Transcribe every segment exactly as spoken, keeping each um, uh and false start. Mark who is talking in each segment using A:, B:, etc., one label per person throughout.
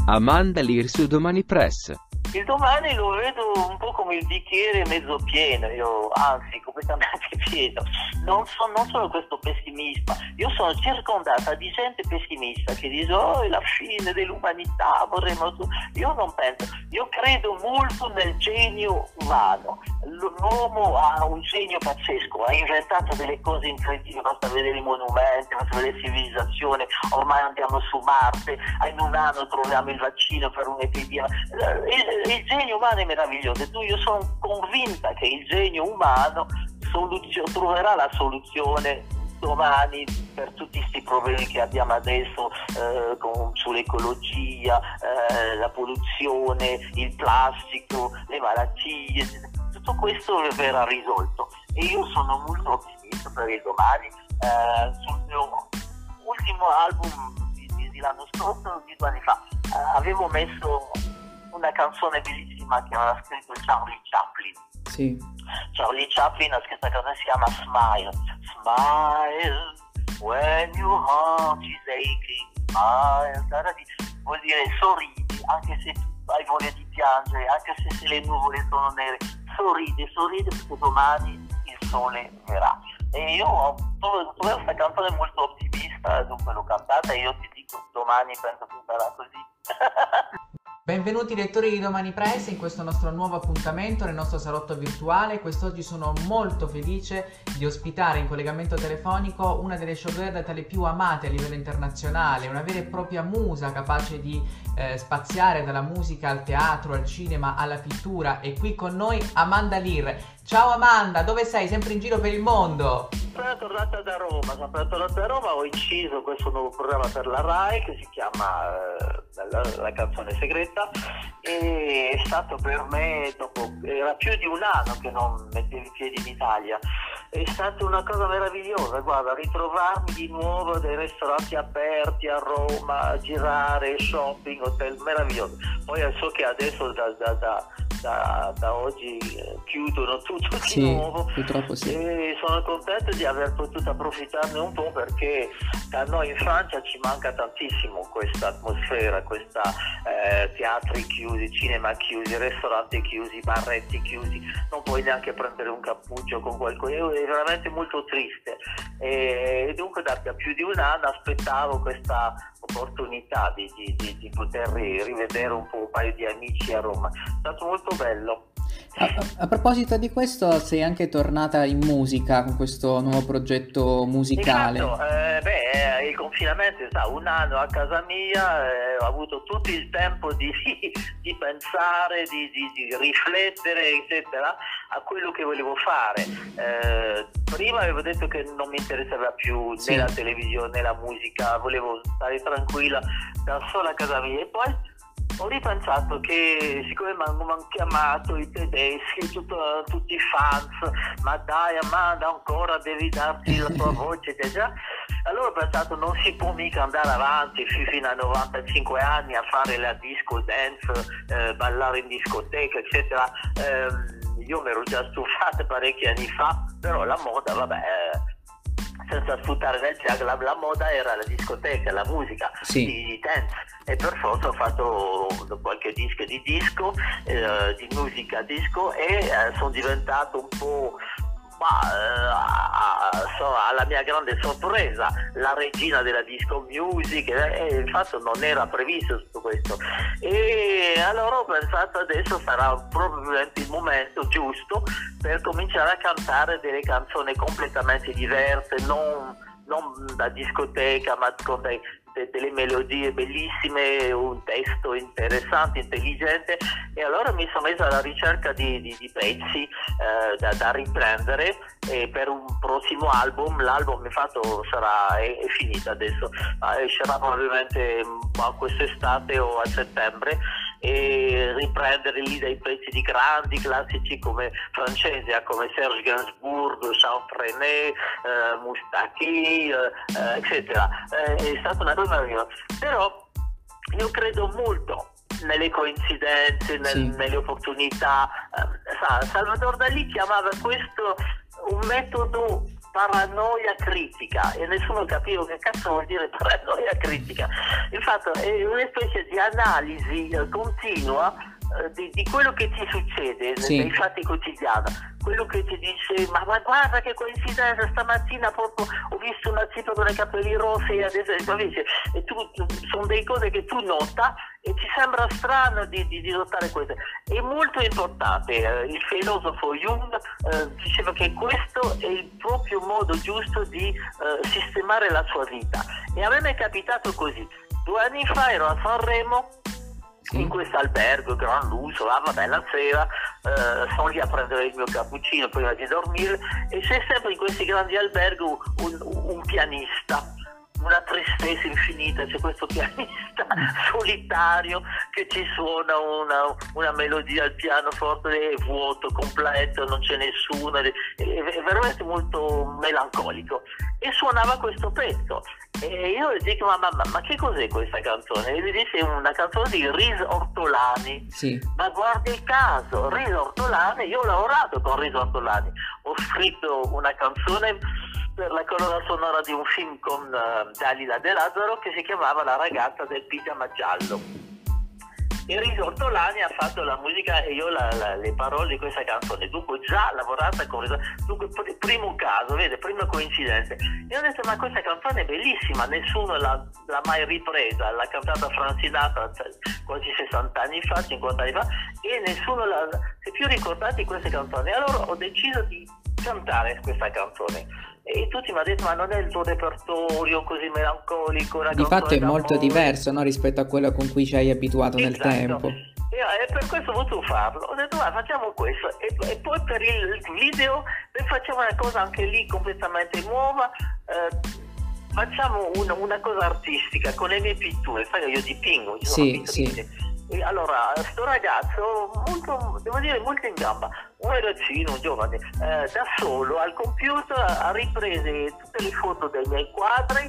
A: Amanda Lear su Domani Press.
B: Il Domani lo vedo un po' come il bicchiere mezzo pieno, io anzi completamente pieno. Non, so, non sono questo pessimista, io sono circondata di gente pessimista che dice oh è la fine dell'umanità, vorremmo tu. Io non penso, io credo molto nel genio umano. L'uomo ha un genio pazzesco, ha inventato delle cose incredibili, basta vedere i monumenti, basta vedere le civilizzazioni, ormai andiamo su Marte, in un anno troviamo il vaccino per un'epidemia. Il, il genio umano è meraviglioso e tu, io sono convinta che il genio umano soluzio, troverà la soluzione domani per tutti questi problemi che abbiamo adesso eh, con, sull'ecologia, eh, la polluzione, il plastico, le malattie, tutto questo verrà risolto e io sono molto ottimista per il domani. Eh, sul mio ultimo album di, di, di l'anno scorso, di due anni fa, eh, avevo messo una canzone bellissima che aveva scritto Charlie Chaplin.
C: Sì.
B: Charlie Chaplin ha scritto una canzone che si chiama Smile. Smile when your heart is aching. Smile. Vuol dire sorridi, anche se hai voglia di piangere, anche se, se le nuvole sono nere. Sorridi, sorridi perché domani il sole verrà. E io ho trovato questa canzone molto ottimista, dunque l'ho cantata e io ti dico domani penso che sarà così.
C: Benvenuti lettori di Domani Press in questo nostro nuovo appuntamento nel nostro salotto virtuale. Quest'oggi sono molto felice di ospitare in collegamento telefonico una delle showgirl tra le più amate a livello internazionale, una vera e propria musa capace di eh, spaziare dalla musica al teatro, al cinema, alla pittura. E qui con noi Amanda Lear. Ciao Amanda, dove sei? Sempre in giro per il mondo?
B: Sono tornata da Roma, sono tornata da Roma, ho inciso questo nuovo programma per la RAI che si chiama eh, la, la canzone segreta e è stato per me, dopo, era più di un anno che non mettevo i piedi in Italia, è stata una cosa meravigliosa, guarda, ritrovarmi di nuovo dei ristoranti aperti a Roma, girare, shopping, hotel, meraviglioso. Poi so che adesso da, da, da, da, da oggi eh, chiudono tutto di
C: sì,
B: nuovo,
C: purtroppo sì.
B: E sono contento di aver potuto approfittarne un po' perché a noi in Francia ci manca tantissimo questa atmosfera, questa eh, teatri chiusi, cinema chiusi, ristoranti chiusi, barretti chiusi, non puoi neanche prendere un cappuccio con qualcosa, è veramente molto triste e dunque da, da più di un anno aspettavo questa opportunità di, di, di, di poter rivedere un po' un paio di amici a Roma, è stato molto bello.
C: A, a, a proposito di questo, sei anche tornata in musica con questo nuovo progetto musicale.
B: Esatto, eh, beh, il confinamento è stato un anno a casa mia, eh, ho avuto tutto il tempo di, di pensare, di, di, di riflettere, eccetera, a quello che volevo fare. Eh, prima avevo detto che non mi interessava più né
C: sì.
B: la televisione né la musica, volevo stare tranquilla da sola a casa mia e poi ho ripensato che siccome mi hanno chiamato i tedeschi, tutto, tutti i fans, ma dai Amanda ancora devi darti la tua voce, eccetera. Allora ho pensato non si può mica andare avanti fino a novantacinque anni a fare la disco dance, eh, ballare in discoteca, eccetera. Eh, io mi ero già stufata parecchi anni fa, però la moda, vabbè... Eh, senza sfruttare nel jazz, la, la moda era la discoteca, la musica,
C: sì.
B: di, di dance e per forza ho fatto qualche disco di disco, eh, di musica disco e eh, sono diventato un po', ma, eh, so, alla mia grande sorpresa, la regina della disco music e eh, infatti non era previsto tutto questo e allora ho pensato adesso sarà probabilmente il momento giusto per cominciare a cantare delle canzoni completamente diverse, non, non da discoteca ma con dei, de, delle melodie bellissime, un testo interessante, intelligente e allora mi sono messo alla ricerca di, di, di pezzi eh, da, da riprendere e per un prossimo album, l'album infatti sarà, è, è finito adesso, escerà probabilmente a quest'estate o a settembre e riprendere lì dei pezzi di grandi classici come francesi, come Serge Gainsbourg, Jean Trenet, eh, Moustaki, eh, eccetera. Eh, è stata una cosa meravigliosa. Però io credo molto nelle coincidenze, nel,
C: sì.
B: nelle opportunità. Eh, Salvador Dalì chiamava questo un metodo paranoia critica, e nessuno capiva che cazzo vuol dire paranoia critica. Il fatto è una specie di analisi eh, continua eh, di, di quello che ti succede
C: sì.
B: nei fatti quotidiani. Quello che ti dice, ma, ma guarda che coincidenza, stamattina proprio ho visto una tipa con i capelli rossi e adesso invece, e tu, sono delle cose che tu nota e ti sembra strano di, di, di notare questo. È molto importante, eh, il filosofo Jung eh, diceva che questo è il proprio modo giusto di eh, sistemare la sua vita, e a me mi è capitato così. Due anni fa ero a Sanremo, sì, in questo albergo, gran lusso, ah, vabbè, la sera eh, sono lì a prendere il mio cappuccino prima di dormire, e c'è sempre in questi grandi alberghi un, un pianista, una tristezza infinita. C'è questo pianista solitario che ci suona una, una melodia al pianoforte, è vuoto, completo, non c'è nessuno, è, è veramente molto melancolico, e suonava questo pezzo. E io gli dico, ma, ma, ma che cos'è questa canzone? E lui dice, una canzone di Riz Ortolani.
C: Sì.
B: Ma guarda il caso, Riz Ortolani, io ho lavorato con Riz Ortolani, ho scritto una canzone per la colonna sonora di un film con uh, Dalila De Lazzaro che si chiamava La ragazza del pigiama giallo. E Riz Ortolani ha fatto la musica e io la, la, le parole di questa canzone. Dunque già lavorata con Riz Ortolani. Dunque pr- primo caso, vede, prima coincidenza. E ho detto, ma questa canzone è bellissima, nessuno l'ha, l'ha mai ripresa, l'ha cantata Frank Sinatra quasi sessanta anni fa, cinquanta anni fa, e nessuno l'ha, si è più ricordato di queste canzoni. Allora ho deciso di cantare questa canzone. E tutti mi hanno detto, ma non è il tuo repertorio così melancolico?
C: Di fatto è molto diverso, no, rispetto a quello con cui ci hai abituato nel
B: esatto. tempo. E, e per questo ho voluto farlo. Ho detto, ma facciamo questo. E, e poi per il video facciamo una cosa anche lì completamente nuova. Eh, facciamo una, una cosa artistica con le mie pitture. Sai che io dipingo, io
C: sì,
B: sono
C: sì.
B: E allora, sto ragazzo, molto, devo dire, molto in gamba, un ragazzino, un giovane, eh, da solo al computer ha ripreso tutte le foto dei miei quadri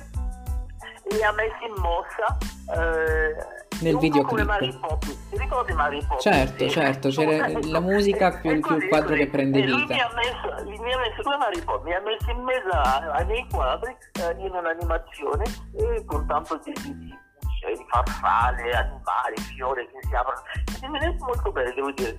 B: e li ha messi in mossa eh,
C: nel videoclip.
B: Mary Poppins. Ti ricordi Mary Poppins?
C: Certo,
B: sì.
C: certo, c'era la musica più, più il quadro che prende
B: e lui
C: vita.
B: Mi ha messo, mi ha messo, Mary Poppins, mi ha messo in mezzo ai miei quadri eh, in un'animazione e con tanto di, di di farfalle, animali, fiori che si aprono, è venuto molto bene, devo dire.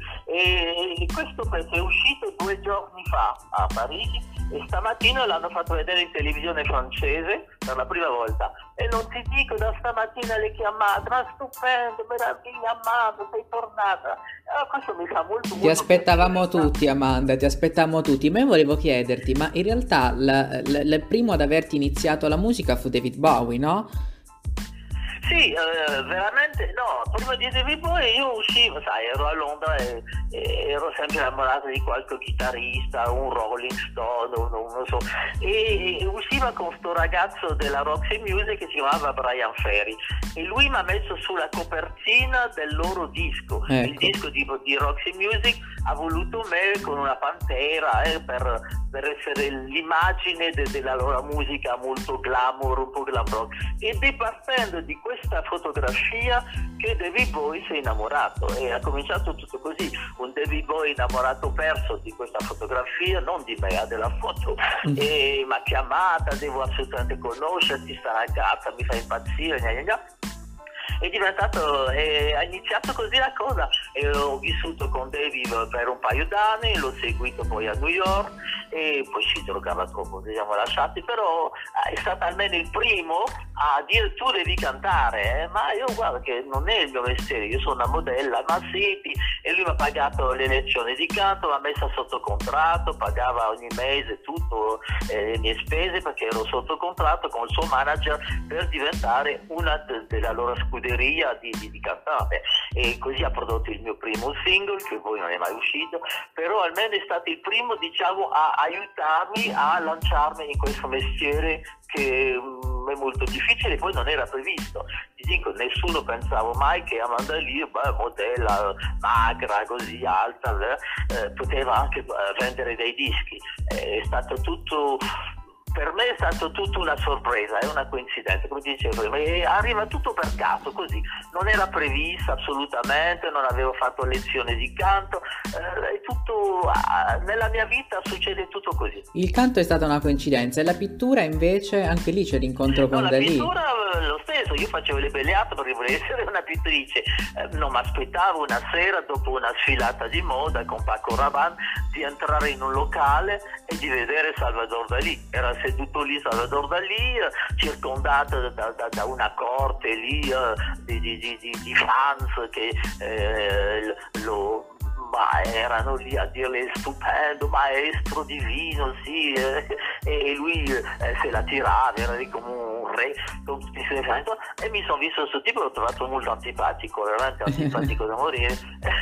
B: E questo pezzo è uscito due giorni fa a Parigi e stamattina l'hanno fatto vedere in televisione francese per la prima volta, e non ti dico, da stamattina le chiamate, ma stupendo, meraviglia Amanda, sei tornata. Allora, questo mi fa molto molto
C: ti aspettavamo
B: piacere.
C: tutti, Amanda, ti aspettavamo tutti. Ma io volevo chiederti, ma in realtà la, la, il primo ad averti iniziato la musica fu David Bowie, no?
B: Sì, eh, veramente no, prima di David Bowie io uscivo, sai, ero a Londra e, e ero sempre innamorato di qualche chitarrista, un Rolling Stone, un, un, non so, e, e usciva con sto ragazzo della Roxy Music che si chiamava Brian Ferry, e lui mi ha messo sulla copertina del loro disco, ecco. Il disco di, di Roxy Music ha voluto me con una pantera eh, per, per essere l'immagine de, della loro musica molto glamour, un po' glam rock, ed è partendo di questa fotografia che David Bowie si è innamorato, e ha cominciato tutto così, un David Bowie innamorato perso di questa fotografia, non di me, della foto, mm. e mi ha chiamata, devo assolutamente conoscerti, sta ragazza mi fa impazzire, gna gna gna. È diventato, è, ha iniziato così la cosa, e ho vissuto con David per un paio d'anni, l'ho seguito poi a New York e poi si giocava troppo, ci siamo lasciati, però è stato almeno il primo a dire tu devi cantare, eh? Ma io guarda che non è il mio mestiere, io sono una modella, ma sì, e lui mi ha pagato le lezioni di canto, mi ha messa sotto contratto, pagava ogni mese tutto eh, le mie spese perché ero sotto contratto con il suo manager per diventare una de- della loro scuderia Di, di, di cantante, e così ha prodotto il mio primo single che poi non è mai uscito, però almeno è stato il primo, diciamo, a aiutarmi a lanciarmi in questo mestiere che um, è molto difficile, poi non era previsto. Ti dico, nessuno pensava mai che Amanda Lear, beh, modella magra così alta, eh, poteva anche vendere dei dischi, è stato tutto per me è stato tutto una sorpresa, è una coincidenza, come dicevo prima, e arriva tutto per caso, così, non era prevista assolutamente, non avevo fatto lezione di canto, eh, è tutto, ah, nella mia vita succede tutto così.
C: Il canto è stata una coincidenza e la pittura invece, anche lì c'è l'incontro con
B: no,
C: Dalì.
B: La pittura lo stesso, io facevo le belle arti perché volevo essere una pittrice, eh, non mi aspettavo una sera dopo una sfilata di moda con Paco Rabanne di entrare in un locale e di vedere Salvador Dalì. Era seduto lì Salvador Dalì, eh, circondato da, da, da una corte lì eh, di, di, di, di fans che eh, lo... ma erano lì a dirle stupendo, maestro divino, sì, eh, e lui eh, se la tirava, era lì come un re, e mi sono visto questo tipo, l'ho trovato molto antipatico, veramente antipatico da morire,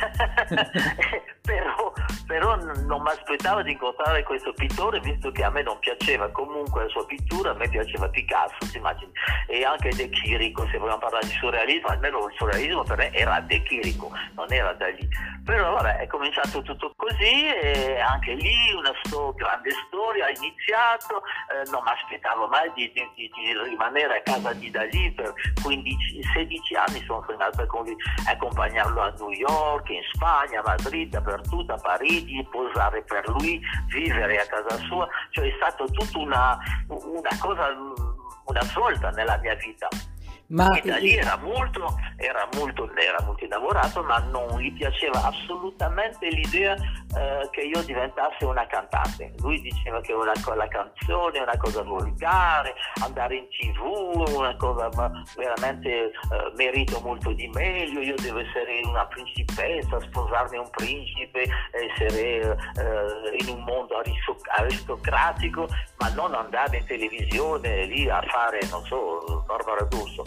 B: però, però non mi aspettavo di incontrare questo pittore, visto che a me non piaceva comunque la sua pittura, a me piaceva Picasso, ti immagini, e anche De Chirico, se vogliamo parlare di surrealismo, almeno il surrealismo per me era De Chirico, non era Dalì. Però vabbè, è cominciato tutto così e anche lì una sto- grande storia ha iniziato, eh, non mi aspettavo mai di, di, di, di rimanere a casa di Dalì per quindici sedici anni, sono tornato a accompagnarlo a New York, in Spagna, a Madrid, dappertutto, a Parigi, posare per lui, vivere a casa sua, cioè è stato tutta una, una cosa, una svolta nella mia vita.
C: Ma
B: e da lì era molto, era molto, era molto innamorato, ma non gli piaceva assolutamente l'idea eh, che io diventassi una cantante. Lui diceva che una, la canzone è una cosa volgare, andare in tv, una cosa veramente eh, merito molto di meglio, io devo essere una principessa, sposarmi un principe, essere eh, in un mondo aristocratico, ma non andare in televisione lì a fare, non so, Barbara D'Urso.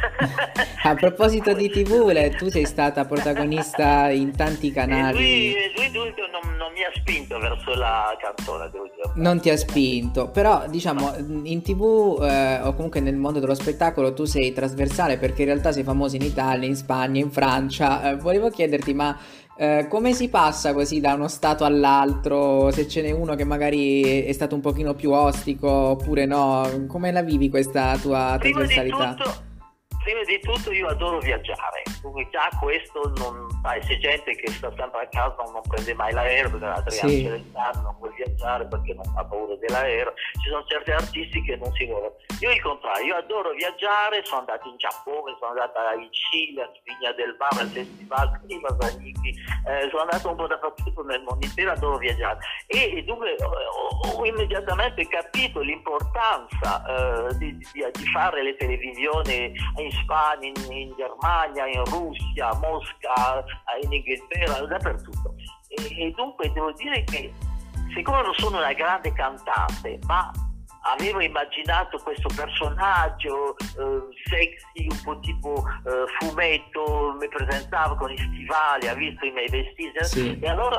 C: A proposito di tivù, tu sei stata protagonista in tanti canali.
B: E lui, lui, lui non, non mi ha spinto verso la canzone, devo dire.
C: Non ti ha spinto, però diciamo in tivù eh, o comunque nel mondo dello spettacolo tu sei trasversale, perché in realtà sei famoso in Italia, in Spagna, in Francia. Eh, volevo chiederti, ma eh, come si passa così da uno stato all'altro? Se ce n'è uno che magari è stato un pochino più ostico oppure no, come la vivi questa tua trasversalità?
B: Prima di tutto, prima di tutto io adoro viaggiare, quindi già questo non, sai, c'è gente che sta sempre a casa, non prende mai l'aereo, perché l'Adriano
C: sì.
B: Celentano non vuole viaggiare perché non ha paura dell'aereo, ci sono certi artisti che non si muovono. Io il contrario, io adoro viaggiare, sono andato in Giappone, sono andato in Cile, a Vigna del Mar, al festival di Masanichi, eh, sono andato un po' dappertutto nel mondo intero, adoro viaggiare e, e dunque ho, ho immediatamente capito l'importanza eh, di, di, di fare le televisioni in Spagna, in, in Germania, in Russia, a Mosca, in Inghilterra, dappertutto. E, e dunque devo dire che siccome non sono una grande cantante, ma avevo immaginato questo personaggio eh, sexy, un po' tipo eh, fumetto, mi presentavo con i stivali, ha visto i miei vestiti,
C: sì.
B: E allora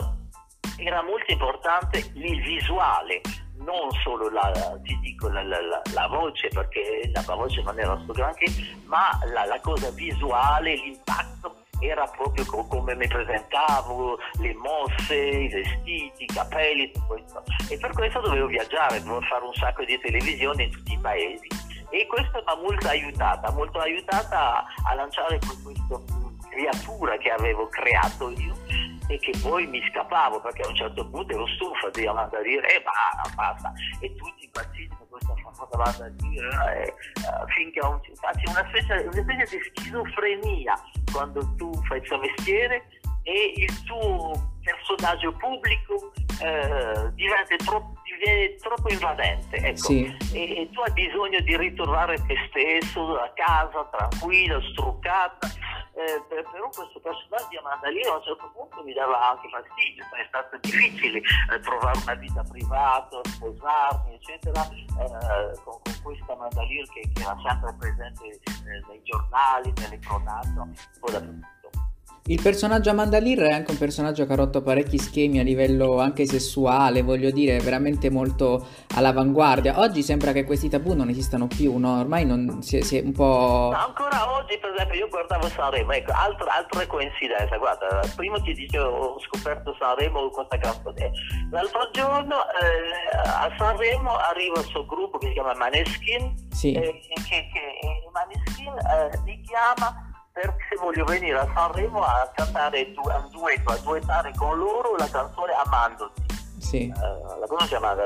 B: era molto importante il visuale, non solo la, ti dico, la, la, la, la voce, perché la voce non era sto granché, ma la, la cosa visuale, l'impatto era proprio co- come mi presentavo, le mosse, i vestiti, i capelli, tutto questo. E per questo dovevo viaggiare, dovevo fare un sacco di televisione in tutti i paesi. E questo mi ha molto aiutata, molto aiutata a, a lanciare questa creatura che avevo creato io e che poi mi scappavo, perché a un certo punto ero stufa di andare a dire eh ma basta, e tutti impazziti con questa famosa banda a dire eh, uh, finché ho un, anzi una specie, una specie di schizofrenia quando tu fai il tuo mestiere e il tuo personaggio pubblico eh, diventa troppo, diviene troppo invadente, ecco.
C: Sì.
B: E, e tu hai bisogno di ritrovare te stesso a casa, tranquilla, struccata. Eh, però questo personaggio di Amanda Lear a un certo punto mi dava anche fastidio, è stato difficile eh, trovare una vita privata, sposarmi eccetera eh, con, con questa Amanda Lear che, che era sempre presente eh, nei giornali, nelle cronache, un po' dappertutto.
C: Il personaggio Amanda Lear è anche un personaggio che ha rotto parecchi schemi a livello anche sessuale, voglio dire, veramente molto all'avanguardia. Oggi sembra che questi tabù non esistano più, no? Ormai non si è, si è un po'...
B: Ma ancora oggi, per esempio, io guardavo Sanremo, ecco, altre, altre coincidenze, guarda, prima ti dicevo, ho scoperto Sanremo con questa canzone. L'altro giorno eh, a Sanremo arriva il suo gruppo che si chiama Maneskin,
C: Sì.
B: eh, che, che Maneskin eh, mi chiama perché voglio venire a Sanremo a cantare du- un duetto, a duettare con loro la canzone Amandoti.
C: Sì.
B: Uh, la conosci Amanda?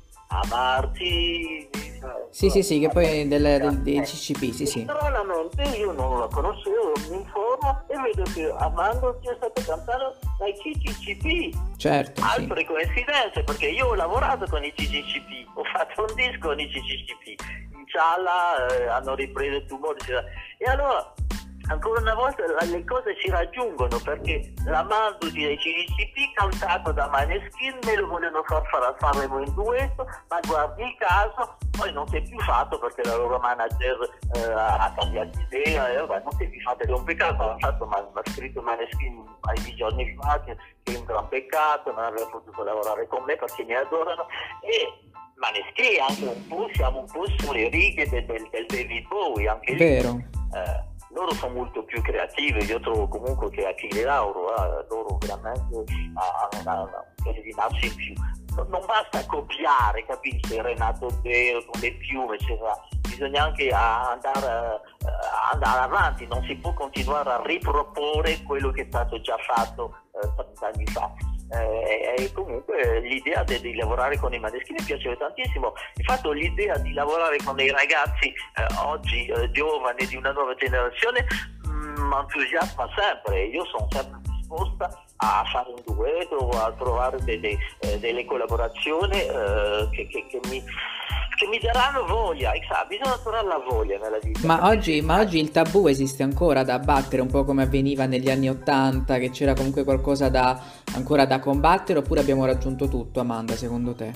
B: Amarti.
C: Sì, sì, sì, che poi è del, del, del
B: Eh,
C: C C P, sì, sì.
B: Stranamente io non la conoscevo, mi informo e vedo che Amandoti è stato cantato dai C C P.
C: Certo, sì.
B: Altre coincidenze, perché io ho lavorato con i C C P, ho fatto un disco con i C C P. In Cialla eh, hanno ripreso il tumore. E allora, ancora una volta le cose si raggiungono, perché l'Amandoti dei C C P cantato da Maneskin me lo volevano far fare a Sanremo in duetto, ma guardi il caso poi non si è più fatto perché la loro manager eh, ha cambiato idea, e vabbè, non si è più fatto, ed è un peccato. Ha fatto, ma ha scritto Maneskin ai di giorni fa che è un gran peccato non aver potuto lavorare con me perché mi adorano. E Maneskin anche un po', siamo un po' sulle righe del, del, del David Bowie, anche lì.
C: Vero.
B: Eh, loro sono molto più creativi, io trovo comunque che Achille Lauro, eh, loro veramente hanno una, una serie di nasce in più. Non, non basta copiare, capisci, Renato Zero con le piume, eccetera. Bisogna anche andare, uh, andare avanti, non si può continuare a riproporre quello che è stato già fatto uh, trenta anni fa. Eh, e comunque l'idea di, di lavorare con i Maneskin mi piaceva tantissimo. Infatti l'idea di lavorare con dei ragazzi eh, oggi eh, giovani di una nuova generazione mi entusiasma sempre. Io sono sempre disposta a fare un duetto, a trovare delle, eh, delle collaborazioni eh, che, che, che mi che mi daranno voglia, sa, bisogna trovare la voglia nella vita.
C: Ma oggi, ma oggi il tabù esiste ancora da abbattere, un po' come avveniva negli anni Ottanta, che c'era comunque qualcosa da ancora da combattere, oppure abbiamo raggiunto tutto, Amanda, secondo te?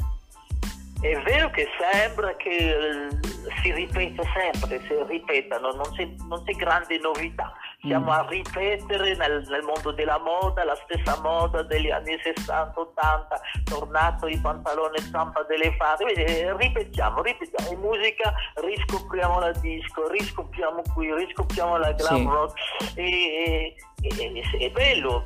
B: È vero che sembra che eh, si ripete sempre, si ripetano, non c'è, non c'è grande novità. Siamo mm. a ripetere nel, nel mondo della moda la stessa moda degli anni sessanta ottanta, tornato i pantaloni zampa d'elefante. Vedi, ripetiamo, ripetiamo. In musica riscopriamo la disco, riscopriamo qui, riscopriamo la glam
C: sì.
B: rock. E, e, e, è bello.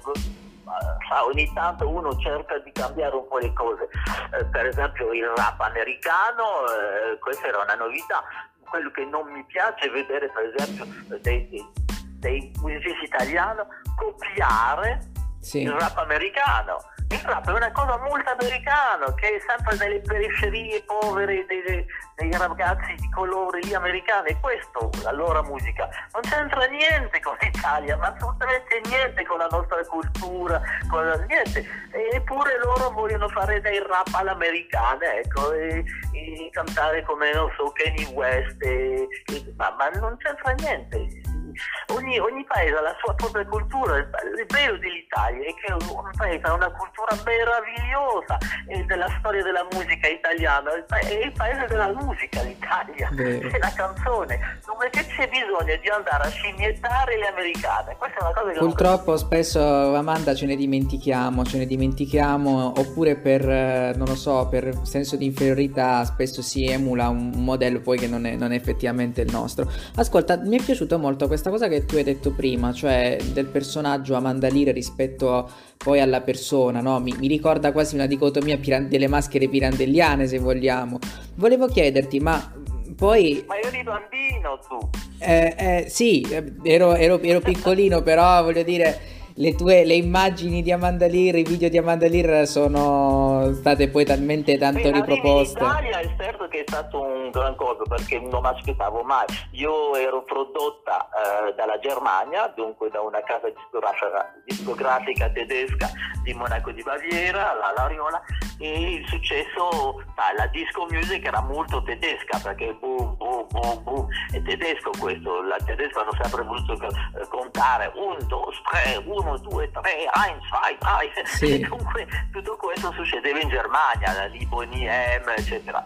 B: Sa, ogni tanto uno cerca di cambiare un po' le cose, eh, per esempio il rap americano, eh, questa era una novità. Quello che non mi piace è vedere per esempio dei, dei, dei musicisti italiani copiare sì. il rap americano. Il rap è una cosa molto americana, che è sempre nelle periferie povere dei, dei, dei ragazzi di colore lì americani, e questo la loro musica non c'entra niente con l'Italia, ma assolutamente niente con la nostra cultura, con la, niente. Eppure loro vogliono fare dei rap all'americana, ecco, e, e cantare come, non so, Kanye West, e, e, ma, ma non c'entra niente. Ogni, ogni paese ha la sua propria cultura. Il bello dell'Italia è che un paese ha una cultura meravigliosa, e della storia della musica italiana. È il paese della musica, l'Italia, è la canzone, dove c'è bisogno di andare a scimmiettare le americane. Questa è una cosa che
C: purtroppo
B: non...
C: spesso, Amanda, ce ne dimentichiamo, ce ne dimentichiamo, oppure per, non lo so, per senso di inferiorità spesso si emula un modello poi che non è, non è effettivamente il nostro. Ascolta, mi è piaciuto molto questa cosa che tu hai detto prima, cioè del personaggio Amanda Lear rispetto poi alla persona, no? Mi, mi ricorda quasi una dicotomia piran- delle maschere pirandelliane, se vogliamo. Volevo chiederti, ma poi...
B: Ma eri bambino tu?
C: Eh, eh, sì, ero, ero, ero piccolino, però voglio dire... Le tue le immagini di Amanda Lear, i video di Amanda Lear sono state poi talmente tanto
B: Beh,
C: riproposte.
B: In Italia è certo che è stato un gran cosa, perché non mi aspettavo mai. Io ero prodotta eh, dalla Germania, dunque da una casa discografica, discografica tedesca di Monaco di Baviera, la Lariola, e il successo, sai, la disco music era molto tedesca, perché boom boom boom boom è tedesco questo. La tedesca hanno sempre voluto eh, contare un, due, tre, uno, due, tre, eins, zwei, drei.
C: Sì.
B: Dunque tutto questo succedeva in Germania, l'Iboniem, eccetera.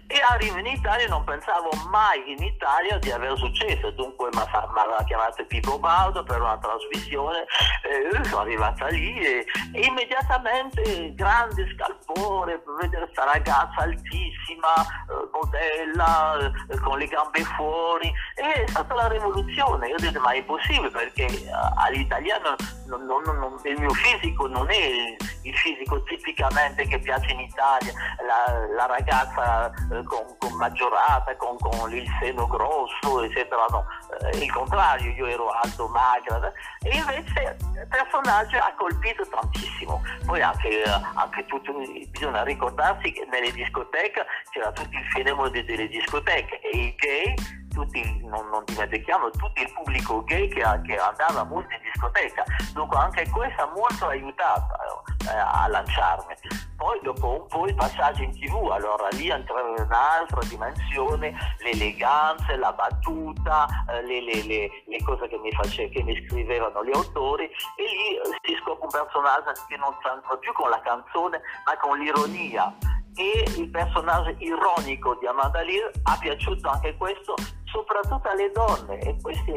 B: E arrivo in Italia e non pensavo mai in Italia di avere successo, dunque mi aveva chiamato Pippo Baudo per una trasmissione, eh, sono arrivata lì e, e immediatamente grande scalpore per vedere questa ragazza altissima, eh, modella, eh, con le gambe fuori, e è stata la rivoluzione. Io ho detto ma è possibile, perché eh, all'italiano non, non, non, il mio fisico non è il, il fisico tipicamente che piace in Italia, la, la ragazza eh, con, con maggiorata, con, con il seno grosso, eccetera. No, eh, il contrario, io ero alto, magra, e invece il personaggio ha colpito tantissimo. Poi anche, anche tutto, bisogna ricordarsi che nelle discoteche c'era tutto il fenomeno delle discoteche e i gay, tutti, non, non dimentichiamo, tutto il pubblico gay che, che andava molto in discoteca, dunque anche questo ha molto aiutato eh, a lanciarmi. Poi dopo un po' il passaggio in tv, allora lì entrava in un'altra dimensione, l'eleganza, la battuta, eh, le, le, le, le cose che mi, face, che mi scrivevano gli autori, e lì eh, si scopre un personaggio che non c'entra più con la canzone ma con l'ironia, e il personaggio ironico di Amanda Lear ha piaciuto anche questo soprattutto alle donne, e questa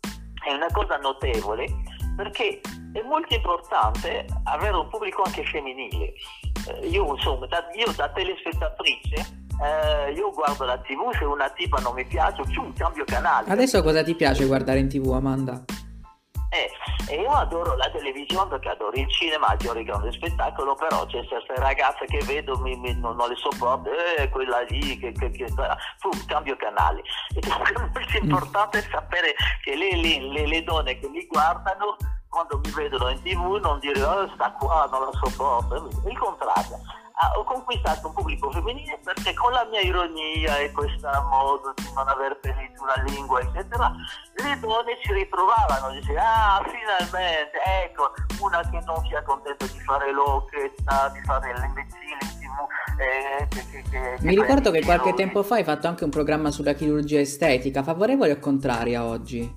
B: è una cosa notevole, perché è molto importante avere un pubblico anche femminile. Eh, io insomma da, io da telespettatrice eh, io guardo la tv, se una tipa non mi piace più cambio canale.
C: Adesso cosa ti piace guardare in tv, Amanda?
B: Eh, e io adoro la televisione perché adoro il cinema, adoro il grande spettacolo, però c'è queste ragazze che vedo, mi, mi, non, non le sopporto, eh, quella lì, che, che, che fu, cambio canale. E è molto importante sapere che le, le, le donne che mi guardano, quando mi vedono in tv, non dire oh, sta qua, non la sopporto, il contrario. Ah, ho conquistato un pubblico femminile perché con la mia ironia e questa modo di non aver peli sulla lingua eccetera, le donne ci ritrovavano, dicevano ah finalmente ecco una che non sia contenta di fare l'occhetta, di fare l'imbecille in tv, eh, che, che, che,
C: mi
B: che
C: ricordo che qualche
B: noi.
C: tempo fa hai fatto anche un programma sulla chirurgia estetica, favorevole o contraria oggi?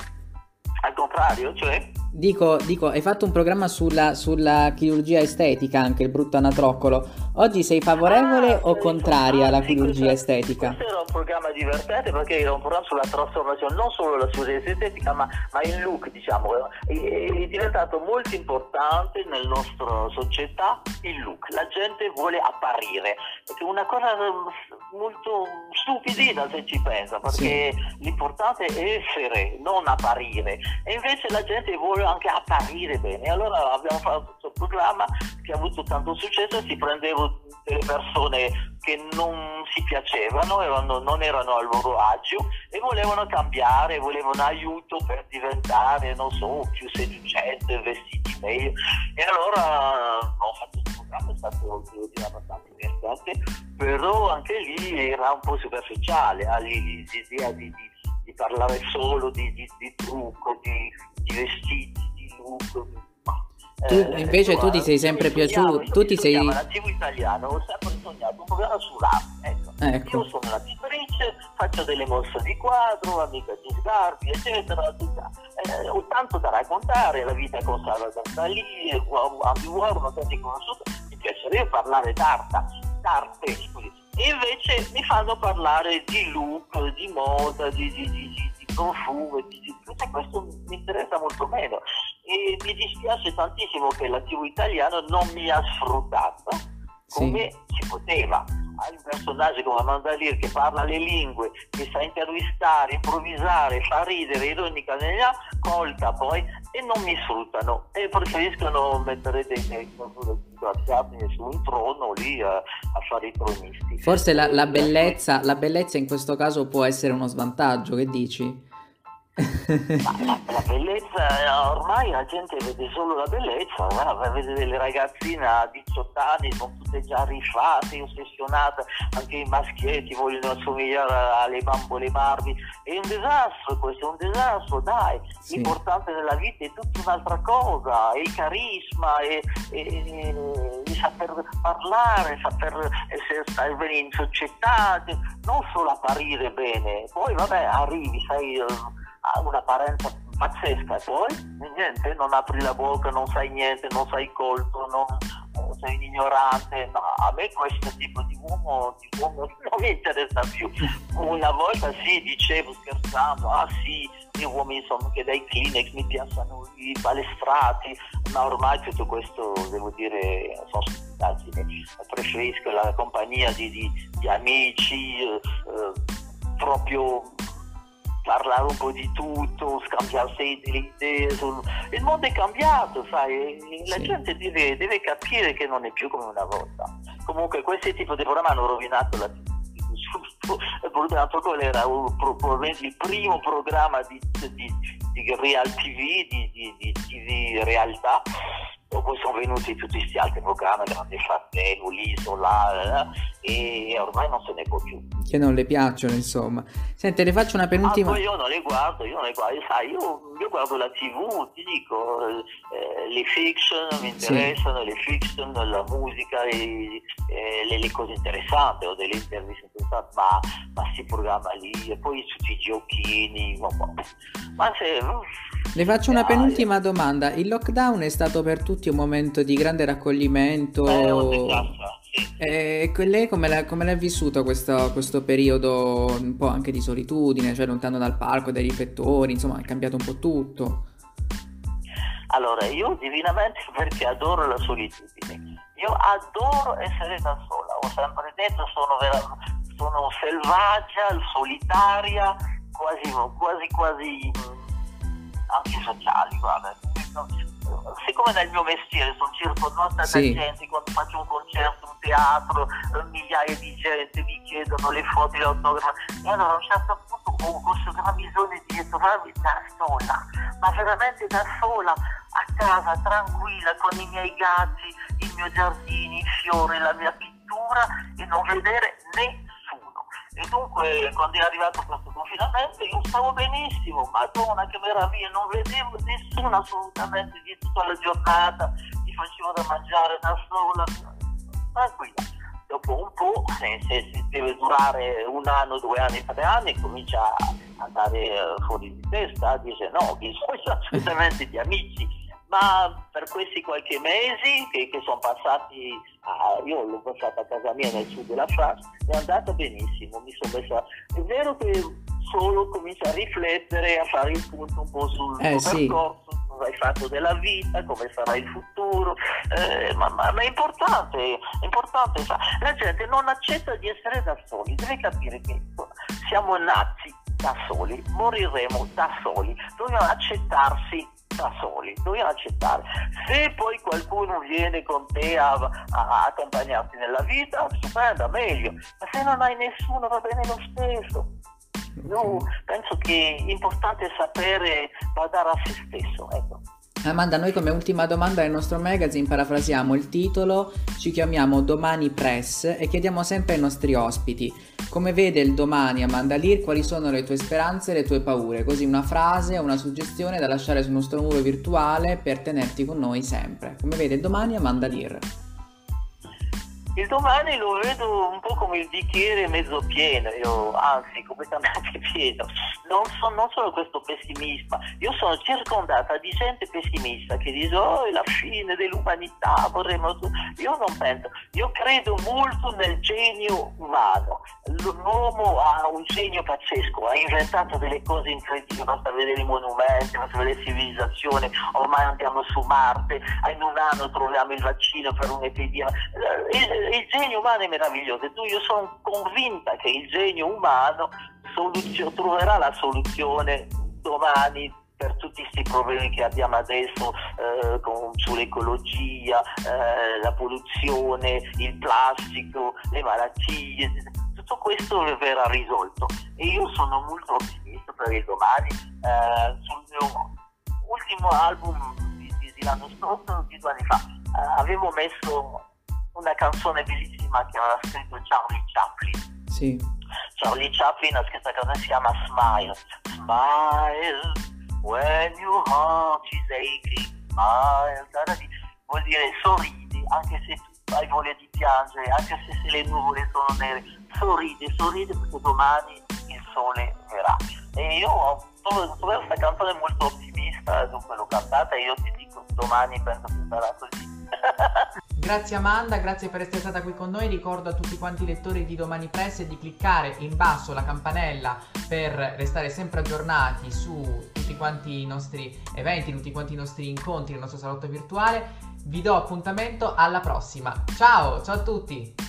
B: Al contrario, cioè?
C: Dico, dico, hai fatto un programma sulla, sulla chirurgia estetica, anche il brutto anatroccolo. Oggi sei favorevole
B: ah,
C: o contraria alla
B: sì,
C: chirurgia
B: questo,
C: estetica?
B: Questo era un programma divertente perché era un programma sulla trasformazione, non solo la chirurgia estetica, ma, ma il look, diciamo. È, è diventato molto importante nella nostra società il look. La gente vuole apparire, è una cosa molto stupidina se ci pensa, perché sì, l'importante è essere, non apparire. E invece la gente vuole anche apparire bene. E allora abbiamo fatto questo programma che ha avuto tanto successo, si prendevano delle persone che non si piacevano, erano, non erano al loro agio e volevano cambiare, volevano aiuto per diventare, non so, più seducenti, vestiti meglio. E allora ho fatto questo programma, è stato devo dire, abbastanza divertente, però anche lì era un po' superficiale, l'idea di, di, di parlare solo di, di, di trucco, di, di vestiti, di look.
C: Tu invece eh, tu ti sei sempre piaciuto, tu ti sei...
B: La tivù italiana, ho sempre sognato un programma sull'arte, ecco.
C: Ecco.
B: Io sono una pittrice, faccio delle mosse di quadro, amica di Sgarbi, eccetera, eccetera. Eh, ho tanto da raccontare, la vita con Salvador Dalì, Andy Warhol, tanti conosciuti, mi piacerebbe parlare d'arte, d'arte, scusi. E invece mi fanno parlare di look, di moda, di, di, di, di, di profumo, di, di, questo mi interessa molto meno. E mi dispiace tantissimo che la tivù italiana non mi ha sfruttato come sì, si poteva. Hai un personaggio come Amanda Lear che parla le lingue, che sa intervistare, improvvisare, fa ridere, ironica, colta poi, e non mi sfruttano e preferiscono mettere dei, dei disgraziati su un trono lì a, a fare i tronisti.
C: Forse la, la bellezza, la bellezza in questo caso può essere uno svantaggio, che dici?
B: Ma la, la bellezza, ormai la gente vede solo la bellezza, guarda, vede delle ragazzine a diciotto anni, sono tutte già rifatte, ossessionate, anche i maschietti vogliono assomigliare alle bambole Barbie. È un disastro questo, è un disastro, dai. Sì. L'importante nella vita è tutta un'altra cosa, è il carisma, è, è, è, è saper parlare, saper essere, stare bene in società, non solo apparire bene. Poi vabbè, arrivi, sai, ha un'apparenza pazzesca e poi niente, non apri la bocca, non sai niente, non sai colto, non, sei un ignorante. No, a me questo tipo di uomo, di uomo non mi interessa più. Una volta sì, dicevo scherzando, ah sì, gli uomini sono che dai Kleenex, mi piacciono i palestrati, ma ormai tutto questo, devo dire, sono stupidaggini. Preferisco la compagnia di, di, di amici, eh, eh, proprio parlare un po' di tutto, scambiarsi delle idee. Sul... Il mondo è cambiato, sai, la
C: Sì.
B: gente deve, deve capire che non è più come una volta. Comunque questi tipi di programmi hanno rovinato la quello era un, probabilmente il primo programma di, di, di Real T V, di, di, di T V realtà. Poi sono venuti tutti questi altri programmi, Grande Fratello, l'Isola, eh, e ormai non se ne può più.
C: Che non le piacciono, insomma. Senti, le faccio una
B: Ah,
C: penultima.
B: poi io non le guardo, io non le guardo, sai, io, io guardo la tivù, ti dico, eh, le fiction mi interessano, le fiction, la musica, e, e le, le cose interessanti, ho delle interviste interessanti, ma, ma si programma lì, e poi tutti i giochini, ma, ma se...
C: Le faccio una
B: Ah,
C: penultima domanda. Il lockdown è stato per tutti un momento di grande raccoglimento.
B: È un disastro, sì.
C: E lei come l'ha, come l'ha vissuto questo, questo periodo un po' anche di solitudine, cioè lontano dal palco, dai riflettori, insomma è cambiato un po' tutto.
B: Allora, io divinamente perché adoro la solitudine, io adoro essere da sola, ho sempre detto, sono, vera, sono selvaggia, solitaria, quasi, quasi, quasi antisociali, guarda. Siccome nel mio mestiere sono circondata
C: Sì.
B: da gente, quando faccio un concerto, un teatro, migliaia di gente mi chiedono le foto, le autografi, e allora a un certo punto ho questo gran bisogno di trovarmi da sola, ma veramente da sola, a casa, tranquilla, con i miei gatti, il mio giardino, i fiori, la mia pittura, e non vedere nessuno. E dunque quando è arrivato questo confinamento io stavo benissimo, madonna che meraviglia, non vedevo nessuno assolutamente di tutta la giornata, mi facevo da mangiare da sola, tranquilla. Dopo un po', se, se, se deve durare un anno, due anni, tre anni, comincia a andare fuori di testa, dice no, bisogna assolutamente di amici. Ma per questi qualche mesi che, che sono passati, a, io l'ho passata a casa mia nel sud della Francia, è andata benissimo, mi sono messa, è vero che solo comincia a riflettere, a fare il punto un po' sul
C: Eh,
B: tuo
C: sì.
B: percorso, cosa hai fatto della vita, come sarà il futuro, eh, ma, ma, ma è importante, è importante, sa, la gente non accetta di essere da soli, deve capire che siamo nati da soli, moriremo da soli, dobbiamo accettarsi da soli, dobbiamo accettare. Se poi qualcuno viene con te a, a, a accompagnarti nella vita, stupenda, meglio, ma se non hai nessuno va bene lo stesso. Io penso che è importante sapere badare a se stesso, ecco.
C: Amanda, noi come ultima domanda del nostro magazine parafrasiamo il titolo, ci chiamiamo Domani Press e chiediamo sempre ai nostri ospiti come vede il domani Amanda Lear, quali sono le tue speranze e le tue paure, così una frase o una suggestione da lasciare sul nostro muro virtuale per tenerti con noi sempre. Come vede il domani Amanda Lear?
B: Il domani lo vedo un po' come il bicchiere mezzo pieno, io, anzi completamente pieno. Non, so, non sono questo pessimista, io sono circondata di gente pessimista che dice oh è la fine dell'umanità, vorremmo... Io non penso, io credo molto nel genio umano. L'uomo ha un genio pazzesco, ha inventato delle cose incredibili, basta vedere i monumenti, basta vedere le civilizzazioni, ormai andiamo su Marte, in un anno troviamo il vaccino per un'epidemia. Il, il genio umano è meraviglioso e tu, io sono convinta che il genio umano soluzio, troverà la soluzione domani per tutti questi problemi che abbiamo adesso eh, con, sull'ecologia, eh, la polluzione, il plastico, le malattie, tutto questo verrà risolto e io sono molto ottimista per il domani. Eh, sul mio ultimo album di, di, di l'anno scorso, di due anni fa, eh, avevo messo una canzone bellissima che aveva scritto Charlie Chaplin.
C: Sì.
B: Charlie Chaplin ha scritto una canzone che si chiama Smile. Smile when your heart is aching. Smile. Vuol dire sorridi, anche se tu hai voglia di piangere, anche se, se le nuvole sono nere. Sorridi, sorridi perché domani il sole verrà. E io ho trovato questa canzone molto ottimista Uh, dunque l'ho cantata e io ti dico domani penso che sarà così.
C: Grazie Amanda, grazie per essere stata qui con noi. Ricordo a tutti quanti i lettori di Domani Press di cliccare in basso la campanella per restare sempre aggiornati su tutti quanti i nostri eventi, tutti quanti i nostri incontri nel nostro salotto virtuale. Vi do appuntamento alla prossima. Ciao, ciao a tutti!